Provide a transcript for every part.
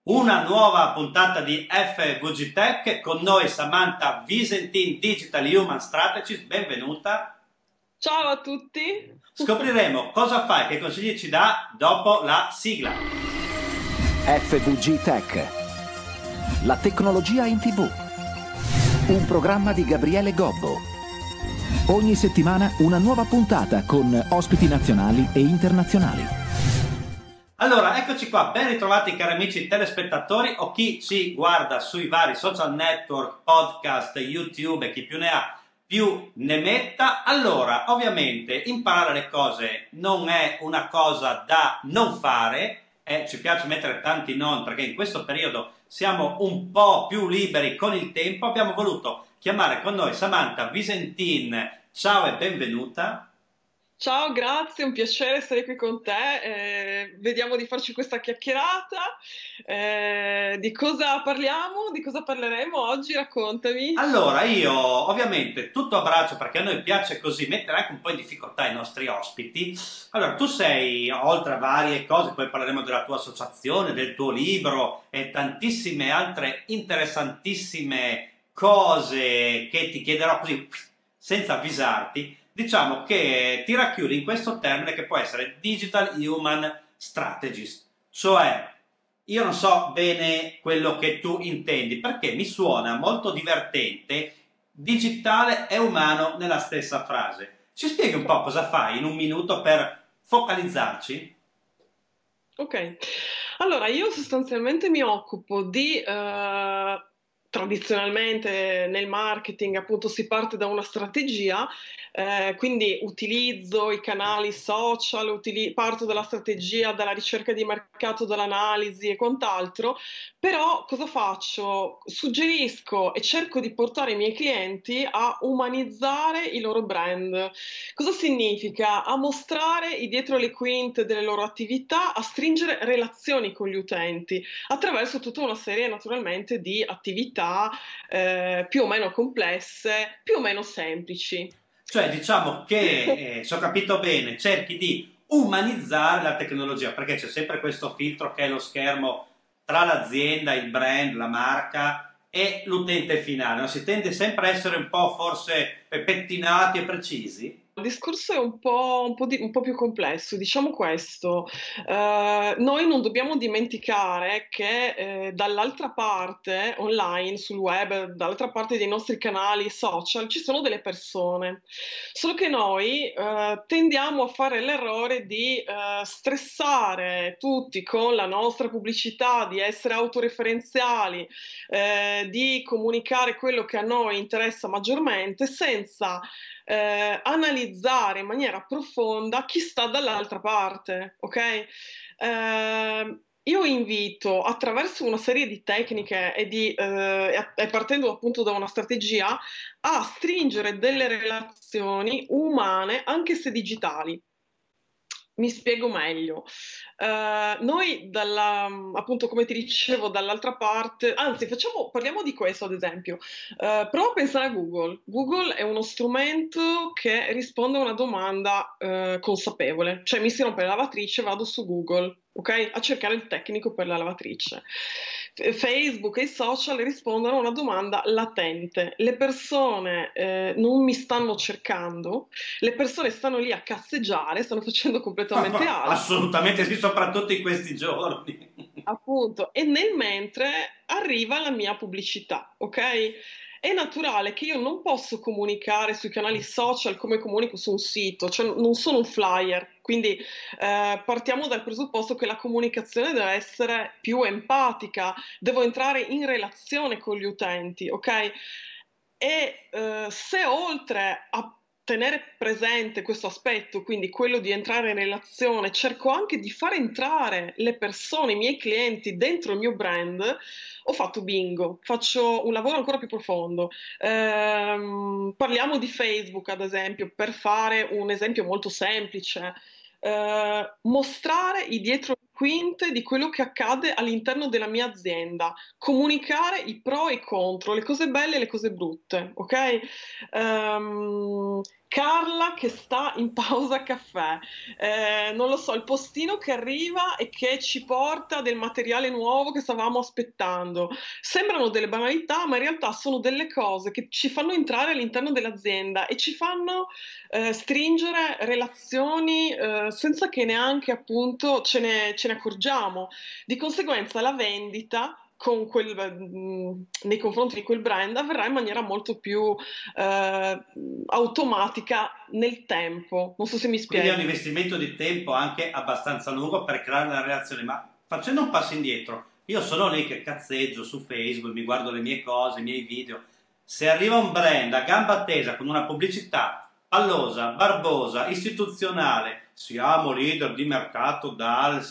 Una nuova puntata di FVG Tech con noi Samantha Visentin, Digital Human Strategist, benvenuta. Ciao a tutti. Scopriremo cosa fa e che consigli ci dà dopo la sigla. FVG Tech, la tecnologia in TV. Un programma di Gabriele Gobbo. Ogni settimana una nuova puntata con ospiti nazionali e internazionali. Allora, eccoci qua, ben ritrovati cari amici telespettatori o chi ci guarda sui vari social network, podcast, YouTube e chi più ne ha più ne metta. Allora, ovviamente imparare le cose non è una cosa da non fare, ci piace mettere tanti non perché in questo periodo siamo un po' più liberi con il tempo. Abbiamo voluto chiamare con noi Samantha Visentin. Ciao e benvenuta. Ciao, grazie, è un piacere essere qui con te. Vediamo di farci questa chiacchierata. Di cosa parliamo? Di cosa parleremo oggi? Raccontami. Allora, io ovviamente tutto a braccio perché a noi piace così mettere anche un po' in difficoltà i nostri ospiti. Allora, tu sei, oltre a varie cose, poi parleremo della tua associazione, del tuo libro e tantissime altre interessantissime cose che ti chiederò così senza avvisarti. Diciamo che ti racchiudi in questo termine che può essere Digital Human Strategist, cioè io non so bene quello che tu intendi perché mi suona molto divertente digitale e umano nella stessa frase. Ci spieghi un po' cosa fai in un minuto per focalizzarci? Ok, allora io sostanzialmente mi occupo di, tradizionalmente nel marketing appunto si parte da una strategia, quindi utilizzo i canali social, parto dalla strategia, dalla ricerca di mercato, dall'analisi e quant'altro, però cosa faccio? Suggerisco e cerco di portare i miei clienti a umanizzare i loro brand. Cosa significa? A mostrare i dietro le quinte delle loro attività, a stringere relazioni con gli utenti attraverso tutta una serie naturalmente di attività più o meno complesse, più o meno semplici. Cioè diciamo che, se ho capito bene, cerchi di umanizzare la tecnologia perché c'è sempre questo filtro che è lo schermo tra l'azienda, il brand, la marca e l'utente finale, no? Si tende sempre a essere un po' forse pettinati e precisi. Il discorso è un po' più complesso, diciamo questo. Noi non dobbiamo dimenticare che dall'altra parte, online, sul web, dall'altra parte dei nostri canali social, ci sono delle persone. Solo che noi tendiamo a fare l'errore di stressare tutti con la nostra pubblicità, di essere autoreferenziali, di comunicare quello che a noi interessa maggiormente, senza analizzare in maniera profonda chi sta dall'altra parte, ok? Io invito attraverso una serie di tecniche e partendo appunto da una strategia a stringere delle relazioni umane, anche se digitali. Mi spiego meglio. Noi appunto come ti dicevo dall'altra parte, anzi parliamo di questo ad esempio. Prova a pensare a Google. Google è uno strumento che risponde a una domanda consapevole, cioè mi si rompe la lavatrice, vado su Google, ok? A cercare il tecnico per la lavatrice. Facebook e i social rispondono a una domanda latente. Le persone non mi stanno cercando, le persone stanno lì a casseggiare, stanno facendo completamente altro. Assolutamente sì, soprattutto in questi giorni. Appunto, e nel mentre arriva la mia pubblicità, ok? È naturale che io non posso comunicare sui canali social come comunico su un sito, cioè non sono un flyer, quindi partiamo dal presupposto che la comunicazione deve essere più empatica, devo entrare in relazione con gli utenti, ok? E se oltre a tenere presente questo aspetto, quindi quello di entrare in relazione, cerco anche di far entrare le persone, i miei clienti dentro il mio brand, ho fatto bingo, faccio un lavoro ancora più profondo. Parliamo di Facebook, ad esempio, per fare un esempio molto semplice. Mostrare i dietro le quinte di quello che accade all'interno della mia azienda, comunicare i pro e i contro, le cose belle e le cose brutte, ok? Carla che sta in pausa caffè, non lo so, il postino che arriva e che ci porta del materiale nuovo che stavamo aspettando. Sembrano delle banalità, ma in realtà sono delle cose che ci fanno entrare all'interno dell'azienda e ci fanno stringere relazioni senza che neanche appunto ce ne accorgiamo. Di conseguenza la vendita nei confronti di quel brand avverrà in maniera molto più automatica nel tempo. Non so se mi Quindi è un spiego. investimento di tempo anche abbastanza lungo per creare una relazione, ma facendo un passo indietro, io sono lì che cazzeggio su Facebook, mi guardo le mie cose, i miei video. Se arriva un brand a gamba tesa con una pubblicità pallosa, barbosa, istituzionale, siamo leader di mercato dal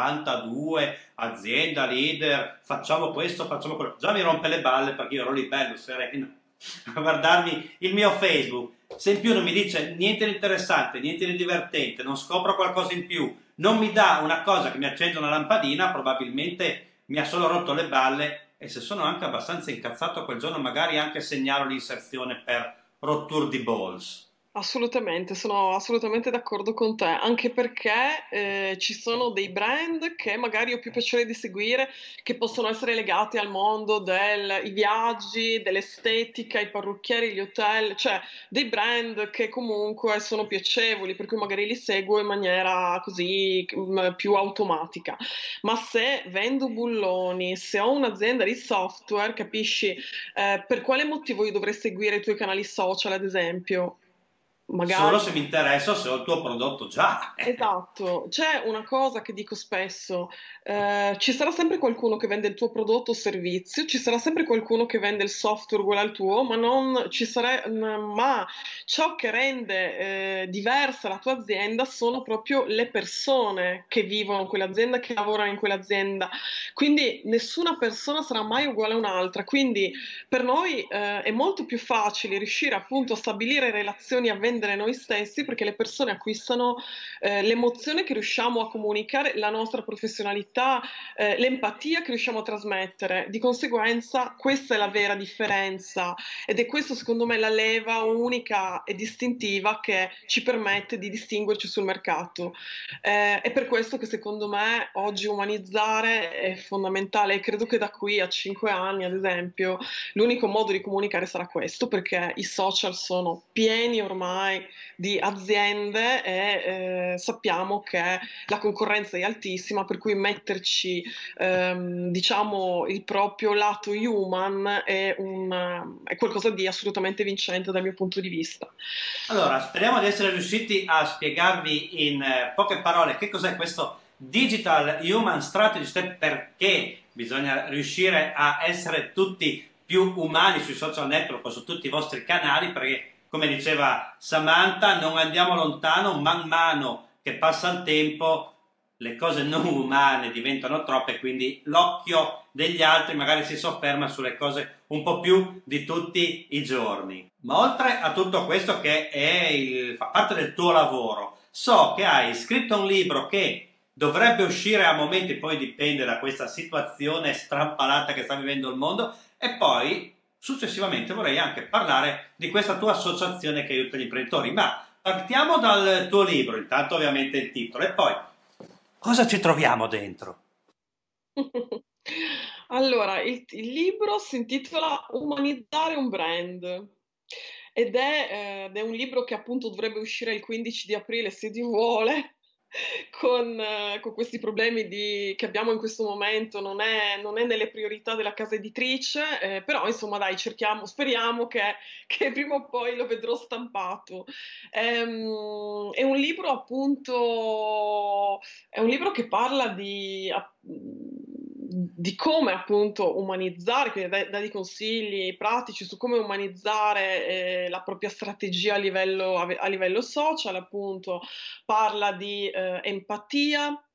72, azienda leader, facciamo questo, facciamo quello, già mi rompe le balle perché io ero lì bello, sereno, a guardarmi il mio Facebook. Se in più non mi dice niente di interessante, niente di divertente, non scopro qualcosa in più, non mi dà una cosa che mi accende una lampadina, probabilmente mi ha solo rotto le balle, e se sono anche abbastanza incazzato quel giorno magari anche segnalo l'inserzione per rotture di balls. Assolutamente, sono assolutamente d'accordo con te, anche perché ci sono dei brand che magari ho più piacere di seguire, che possono essere legati al mondo dei viaggi, dell'estetica, i parrucchieri, gli hotel, cioè dei brand che comunque sono piacevoli, per cui magari li seguo in maniera così più automatica. Ma se vendo bulloni, se ho un'azienda di software, capisci, per quale motivo io dovrei seguire i tuoi canali social, ad esempio? Solo Magari. se mi interessa o se ho il tuo prodotto già. Esatto, c'è una cosa che dico spesso, ci sarà sempre qualcuno che vende il tuo prodotto o servizio, ci sarà sempre qualcuno che vende il software uguale al tuo, ma non ci sarà, ma ciò che rende diversa la tua azienda sono proprio le persone che vivono in quell'azienda, che lavorano in quell'azienda. Quindi nessuna persona sarà mai uguale a un'altra. Quindi per noi è molto più facile riuscire appunto a stabilire relazioni, a vendere noi stessi, perché le persone acquistano l'emozione che riusciamo a comunicare, la nostra professionalità, l'empatia che riusciamo a trasmettere. Di conseguenza, questa è la vera differenza ed è questo, secondo me, la leva unica e distintiva che ci permette di distinguerci sul mercato. È per questo che, secondo me, oggi umanizzare è fondamentale e credo che da qui a 5 anni, ad esempio, l'unico modo di comunicare sarà questo, perché i social sono pieni ormai di aziende e sappiamo che la concorrenza è altissima, per cui metterci diciamo il proprio lato human è qualcosa di assolutamente vincente dal mio punto di vista. Allora, speriamo di essere riusciti a spiegarvi in poche parole che cos'è questo Digital Human Strategy, perché bisogna riuscire a essere tutti più umani sui social network o su tutti i vostri canali, perché come diceva Samantha, non andiamo lontano, man mano che passa il tempo le cose non umane diventano troppe, quindi l'occhio degli altri magari si sofferma sulle cose un po' più di tutti i giorni. Ma oltre a tutto questo che fa parte del tuo lavoro, so che hai scritto un libro che dovrebbe uscire a momenti, poi dipende da questa situazione strampalata che sta vivendo il mondo, e poi successivamente vorrei anche parlare di questa tua associazione che aiuta gli imprenditori. Ma partiamo dal tuo libro, intanto ovviamente il titolo, e poi cosa ci troviamo dentro? Allora, il libro si intitola Umanizzare un brand ed è un libro che appunto dovrebbe uscire il 15 di aprile, se Dio vuole, con questi problemi che abbiamo in questo momento, non è nelle priorità della casa editrice, però insomma dai, speriamo che prima o poi lo vedrò stampato. È un libro appunto, è un libro che parla di come appunto umanizzare, quindi dà dei consigli pratici su come umanizzare la propria strategia a livello social, appunto parla di empatia,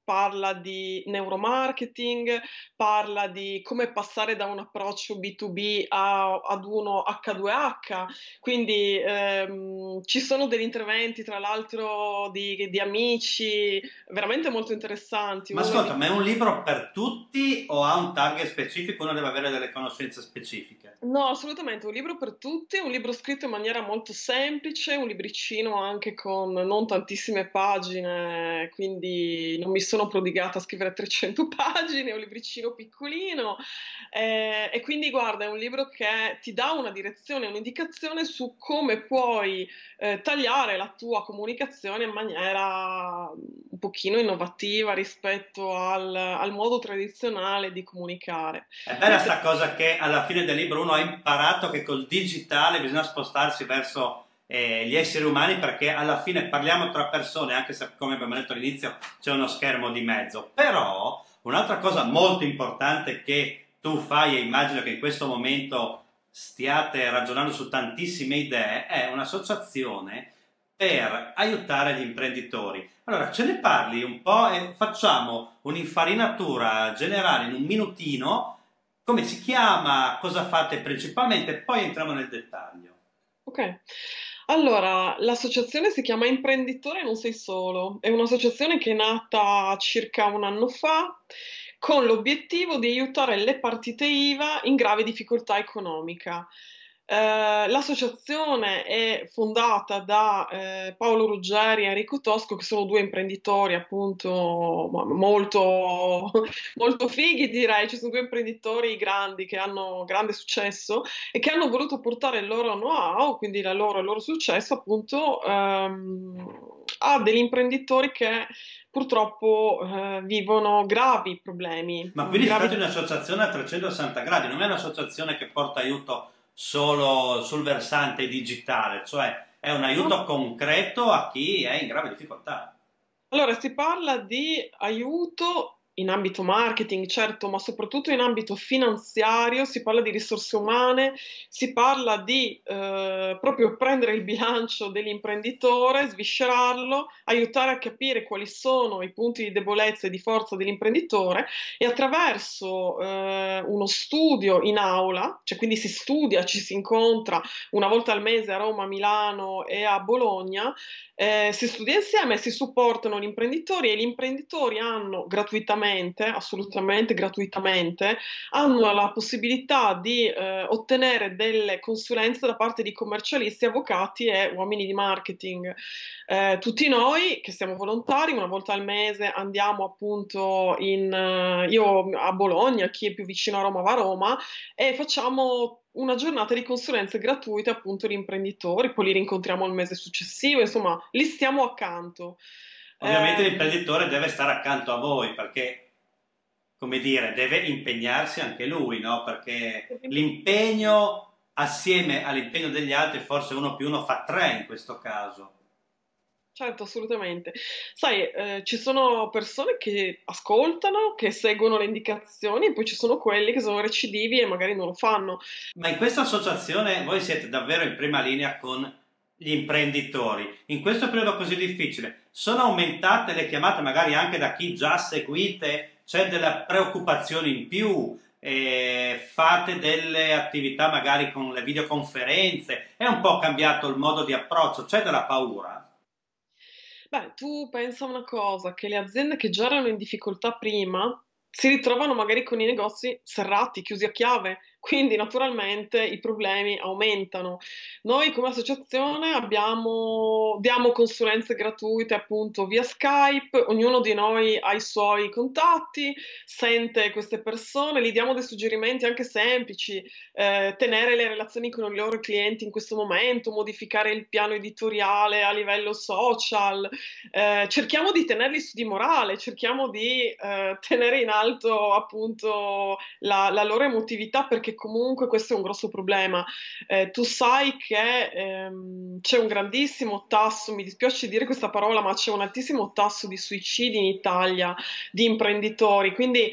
parla di neuromarketing, parla di come passare da un approccio B2B ad uno H2H, quindi ci sono degli interventi tra l'altro di amici veramente molto interessanti. Ma ascolta, ma è un libro per tutti o ha un target specifico? Uno deve avere delle conoscenze specifiche? No, assolutamente, un libro per tutti, un libro scritto in maniera molto semplice, un libricino anche con non tantissime pagine, quindi non mi sono prodigata a scrivere 300 pagine, è un libricino piccolino e quindi guarda, è un libro che ti dà una direzione, un'indicazione su come puoi tagliare la tua comunicazione in maniera un pochino innovativa rispetto al modo tradizionale di comunicare. È bella sta cosa che alla fine del libro uno ha imparato che col digitale bisogna spostarsi verso gli esseri umani, perché alla fine parliamo tra persone, anche se come abbiamo detto all'inizio c'è uno schermo di mezzo. Però un'altra cosa molto importante che tu fai, e immagino che in questo momento stiate ragionando su tantissime idee, è un'associazione per aiutare gli imprenditori. Allora, ce ne parli un po' e facciamo un'infarinatura generale in un minutino. Come si chiama? Cosa fate principalmente? Poi entriamo nel dettaglio. Ok, allora l'associazione si chiama Imprenditore Non Sei Solo, è un'associazione che è nata circa un anno fa con l'obiettivo di aiutare le partite IVA in grave difficoltà economica. L'associazione è fondata da Paolo Ruggeri e Enrico Tosco, che sono due imprenditori appunto molto, molto fighi, direi. Ci sono due imprenditori grandi che hanno grande successo e che hanno voluto portare il loro know-how, quindi il loro successo appunto a degli imprenditori che purtroppo vivono gravi problemi. Ma quindi si gravi... tratta di un'associazione a 360 gradi, non è un'associazione che porta aiuto solo sul versante digitale, cioè è un aiuto concreto a chi è in grave difficoltà. Allora, si parla di aiuto in ambito marketing, certo, ma soprattutto in ambito finanziario, si parla di risorse umane, si parla di proprio prendere il bilancio dell'imprenditore, sviscerarlo, aiutare a capire quali sono i punti di debolezza e di forza dell'imprenditore e attraverso uno studio in aula, cioè quindi si studia, ci si incontra una volta al mese a Roma, a Milano e a Bologna, si studia insieme, si supportano gli imprenditori e gli imprenditori hanno gratuitamente, assolutamente gratuitamente, hanno la possibilità di ottenere delle consulenze da parte di commercialisti, avvocati e uomini di marketing. Tutti noi che siamo volontari, una volta al mese andiamo appunto io a Bologna, chi è più vicino a Roma va a Roma e facciamo una giornata di consulenze gratuite appunto di imprenditori, poi li rincontriamo il mese successivo, insomma, li stiamo accanto. Ovviamente l'imprenditore deve stare accanto a voi perché, come dire, deve impegnarsi anche lui, no? Perché l'impegno assieme all'impegno degli altri, forse 1+1 fa 3 in questo caso. Certo, assolutamente. Sai, ci sono persone che ascoltano, che seguono le indicazioni, e poi ci sono quelli che sono recidivi e magari non lo fanno. Ma in questa associazione voi siete davvero in prima linea con gli imprenditori. In questo periodo così difficile, sono aumentate le chiamate magari anche da chi già seguite? C'è della preoccupazione in più? Fate delle attività magari con le videoconferenze? È un po' cambiato il modo di approccio? C'è della paura? Beh, tu pensa una cosa, che le aziende che già erano in difficoltà prima si ritrovano magari con i negozi serrati, chiusi a chiave, quindi naturalmente i problemi aumentano. Noi come associazione diamo consulenze gratuite appunto via Skype, ognuno di noi ha i suoi contatti, sente queste persone, gli diamo dei suggerimenti anche semplici, tenere le relazioni con i loro clienti in questo momento, modificare il piano editoriale a livello social, cerchiamo di tenerli su di morale, cerchiamo di tenere in alto appunto la loro emotività perché comunque questo è un grosso problema. Tu sai che c'è un grandissimo tasso, mi dispiace dire questa parola, ma c'è un altissimo tasso di suicidi in Italia di imprenditori, quindi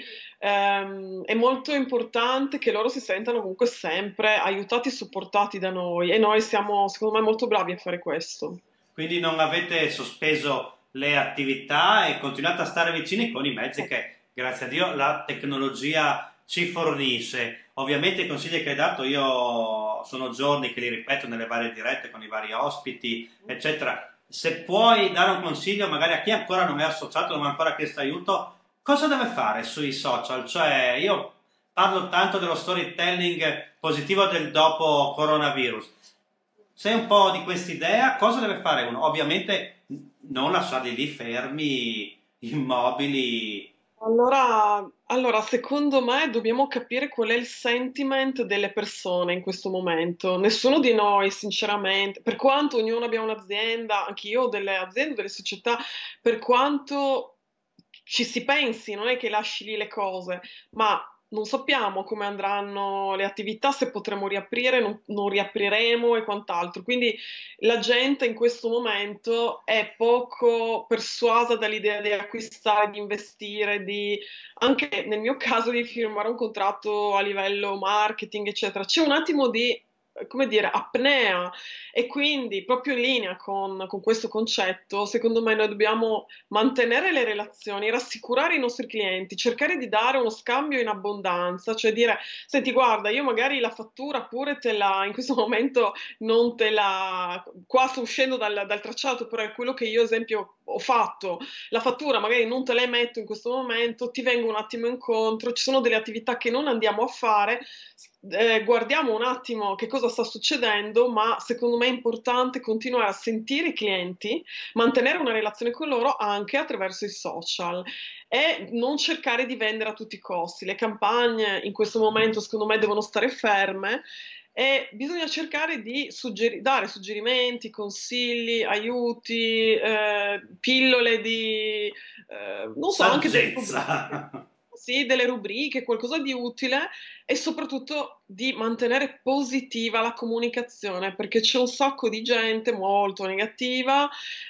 è molto importante che loro si sentano comunque sempre aiutati e supportati da noi e noi siamo secondo me molto bravi a fare questo. Quindi non avete sospeso le attività e continuate a stare vicini con i mezzi che, grazie a Dio, la tecnologia ci fornisce. Ovviamente i consigli che hai dato io sono giorni che li ripeto nelle varie dirette con i vari ospiti, eccetera. Se puoi dare un consiglio magari a chi ancora non è associato, non ha ancora chiesto aiuto, cosa deve fare sui social? Cioè, io parlo tanto dello storytelling positivo del dopo coronavirus. Se un po' di quest'idea, cosa deve fare uno? Ovviamente non lasciarli lì fermi, immobili. Allora, secondo me dobbiamo capire qual è il sentiment delle persone in questo momento. Nessuno di noi, sinceramente, per quanto ognuno abbia un'azienda, anche io ho delle aziende, delle società, per quanto ci si pensi, non è che lasci lì le cose, ma non sappiamo come andranno le attività, se potremo riaprire, non riapriremo e quant'altro. Quindi la gente in questo momento è poco persuasa dall'idea di acquistare, di investire, anche nel mio caso di firmare un contratto a livello marketing, eccetera. C'è un attimo di, come dire, apnea e quindi proprio in linea con questo concetto, secondo me noi dobbiamo mantenere le relazioni, rassicurare i nostri clienti, cercare di dare uno scambio in abbondanza, cioè dire, senti, guarda, io magari la fattura pure in questo momento non te la, qua sto uscendo dal tracciato, però è quello che io, esempio, ho fatto, la fattura magari non te la emetto in questo momento, ti vengo un attimo incontro, ci sono delle attività che non andiamo a fare, guardiamo un attimo che cosa sta succedendo, ma secondo me è importante continuare a sentire i clienti, mantenere una relazione con loro anche attraverso i social e non cercare di vendere a tutti i costi. Le campagne in questo momento secondo me devono stare ferme e bisogna cercare di dare suggerimenti, consigli, aiuti, pillole di, non so, anche Saggezza. sì, delle rubriche, qualcosa di utile e soprattutto di mantenere positiva la comunicazione, perché c'è un sacco di gente molto negativa,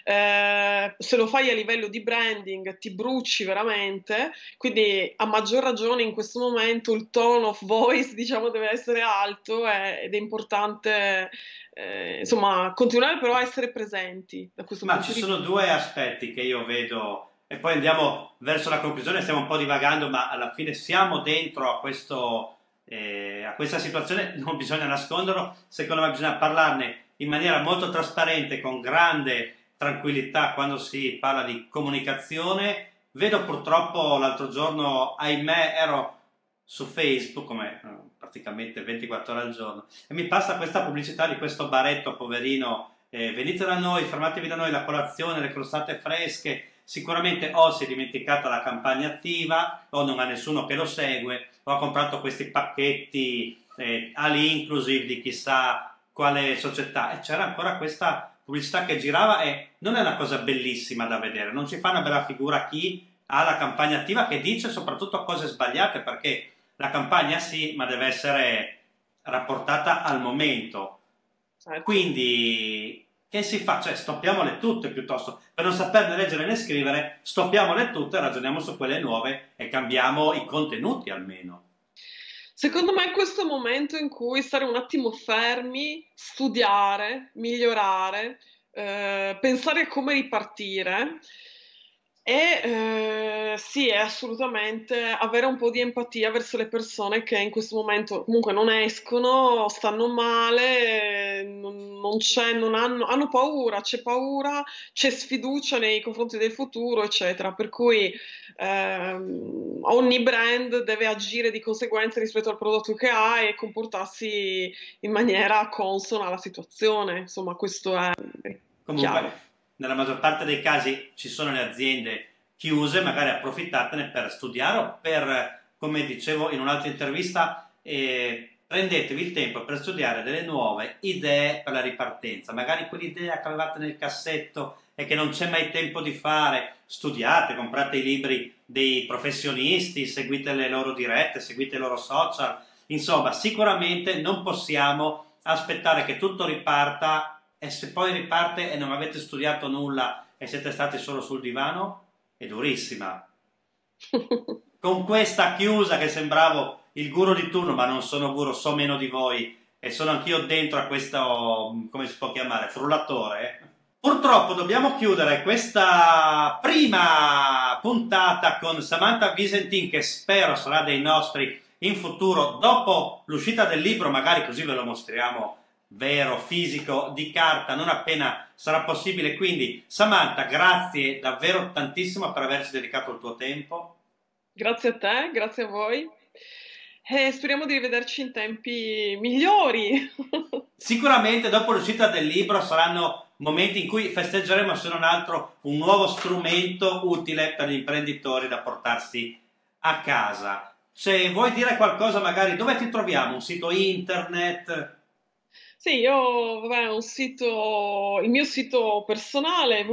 se lo fai a livello di branding ti bruci veramente, quindi a maggior ragione in questo momento il tone of voice, diciamo, deve essere alto ed è importante, insomma, continuare però a essere presenti da questo Ma punto ci di sono vista. due aspetti che io vedo e poi andiamo verso la conclusione, stiamo un po' divagando, ma alla fine siamo dentro a questa situazione, non bisogna nasconderlo, secondo me bisogna parlarne in maniera molto trasparente, con grande tranquillità quando si parla di comunicazione. Vedo purtroppo l'altro giorno, ahimè, ero su Facebook come praticamente 24 ore al giorno e mi passa questa pubblicità di questo baretto poverino, venite da noi, fermatevi da noi, la colazione, le crostate fresche. Sicuramente o si è dimenticata la campagna attiva o non ha nessuno che lo segue o ha comprato questi pacchetti all inclusive di chissà quale società e c'era ancora questa pubblicità che girava e non è una cosa bellissima da vedere, non ci fa una bella figura chi ha la campagna attiva, che dice soprattutto cose sbagliate, perché la campagna sì, ma deve essere rapportata al momento. Certo. Quindi che si fa? Cioè stoppiamole tutte piuttosto, per non saperne leggere né scrivere, stoppiamole tutte, ragioniamo su quelle nuove e cambiamo i contenuti almeno. Secondo me questo è il momento in cui stare un attimo fermi, studiare, migliorare, pensare a come ripartire e sì, è assolutamente avere un po' di empatia verso le persone che in questo momento comunque non escono, stanno male, non c'è, non hanno paura, c'è paura, c'è sfiducia nei confronti del futuro, eccetera. Per cui ogni brand deve agire di conseguenza rispetto al prodotto che ha e comportarsi in maniera consona alla situazione. Insomma, questo è chiaro. Comunque, nella maggior parte dei casi ci sono le aziende chiuse, magari approfittatene per studiare o per, come dicevo in un'altra intervista, prendetevi il tempo per studiare delle nuove idee per la ripartenza, magari quell'idea che avevate nel cassetto e che non c'è mai tempo di fare, studiate, comprate i libri dei professionisti, seguite le loro dirette, seguite i loro social, insomma sicuramente non possiamo aspettare che tutto riparta e se poi riparte e non avete studiato nulla e siete stati solo sul divano, è durissima. Con questa chiusa che sembravo il guru di turno, ma non sono guru, so meno di voi e sono anch'io dentro a questo, come si può chiamare, frullatore. Purtroppo dobbiamo chiudere questa prima puntata con Samantha Visentin, che spero sarà dei nostri in futuro, dopo l'uscita del libro, magari così ve lo mostriamo vero, fisico, di carta, non appena sarà possibile. Quindi Samantha, grazie davvero tantissimo per averci dedicato il tuo tempo. Grazie a te, grazie a voi. E speriamo di rivederci in tempi migliori. Sicuramente dopo l'uscita del libro saranno momenti in cui festeggeremo, se non altro, un nuovo strumento utile per gli imprenditori da portarsi a casa. Se vuoi dire qualcosa, magari dove ti troviamo? Un sito internet? Sì, io ho un sito, il mio sito personale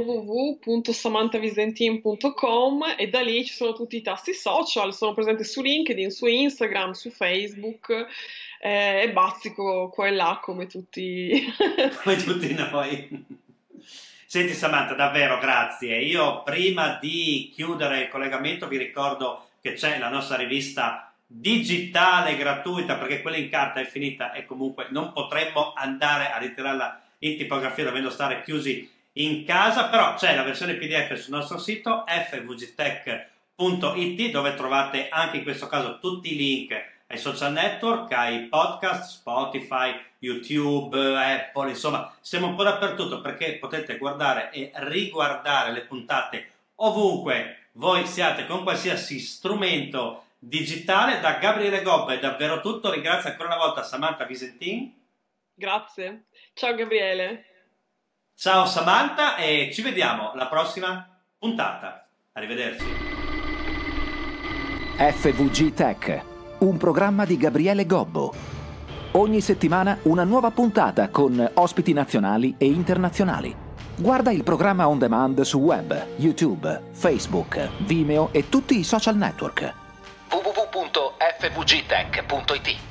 www.samanthavisentin.com, e da lì ci sono tutti i tasti social, sono presente su LinkedIn, su Instagram, su Facebook, e bazzico qua e là come tutti. Come tutti noi. Senti Samantha, davvero grazie. Io prima di chiudere il collegamento vi ricordo che c'è la nostra rivista digitale gratuita, perché quella in carta è finita e comunque non potremmo andare a ritirarla in tipografia dovendo stare chiusi in casa, però c'è la versione PDF sul nostro sito fvgtech.it, dove trovate anche in questo caso tutti i link ai social network, ai podcast, Spotify, YouTube, Apple, insomma siamo un po' dappertutto, perché potete guardare e riguardare le puntate ovunque voi siate, con qualsiasi strumento digitale. Da Gabriele Gobbo è davvero tutto. Ringrazio ancora una volta Samantha Visentin. Grazie. Ciao Gabriele. Ciao Samantha, e ci vediamo alla prossima puntata. Arrivederci. FVG Tech, un programma di Gabriele Gobbo. Ogni settimana una nuova puntata con ospiti nazionali e internazionali. Guarda il programma on demand su web, YouTube, Facebook, Vimeo e tutti i social network. www.fvgtech.it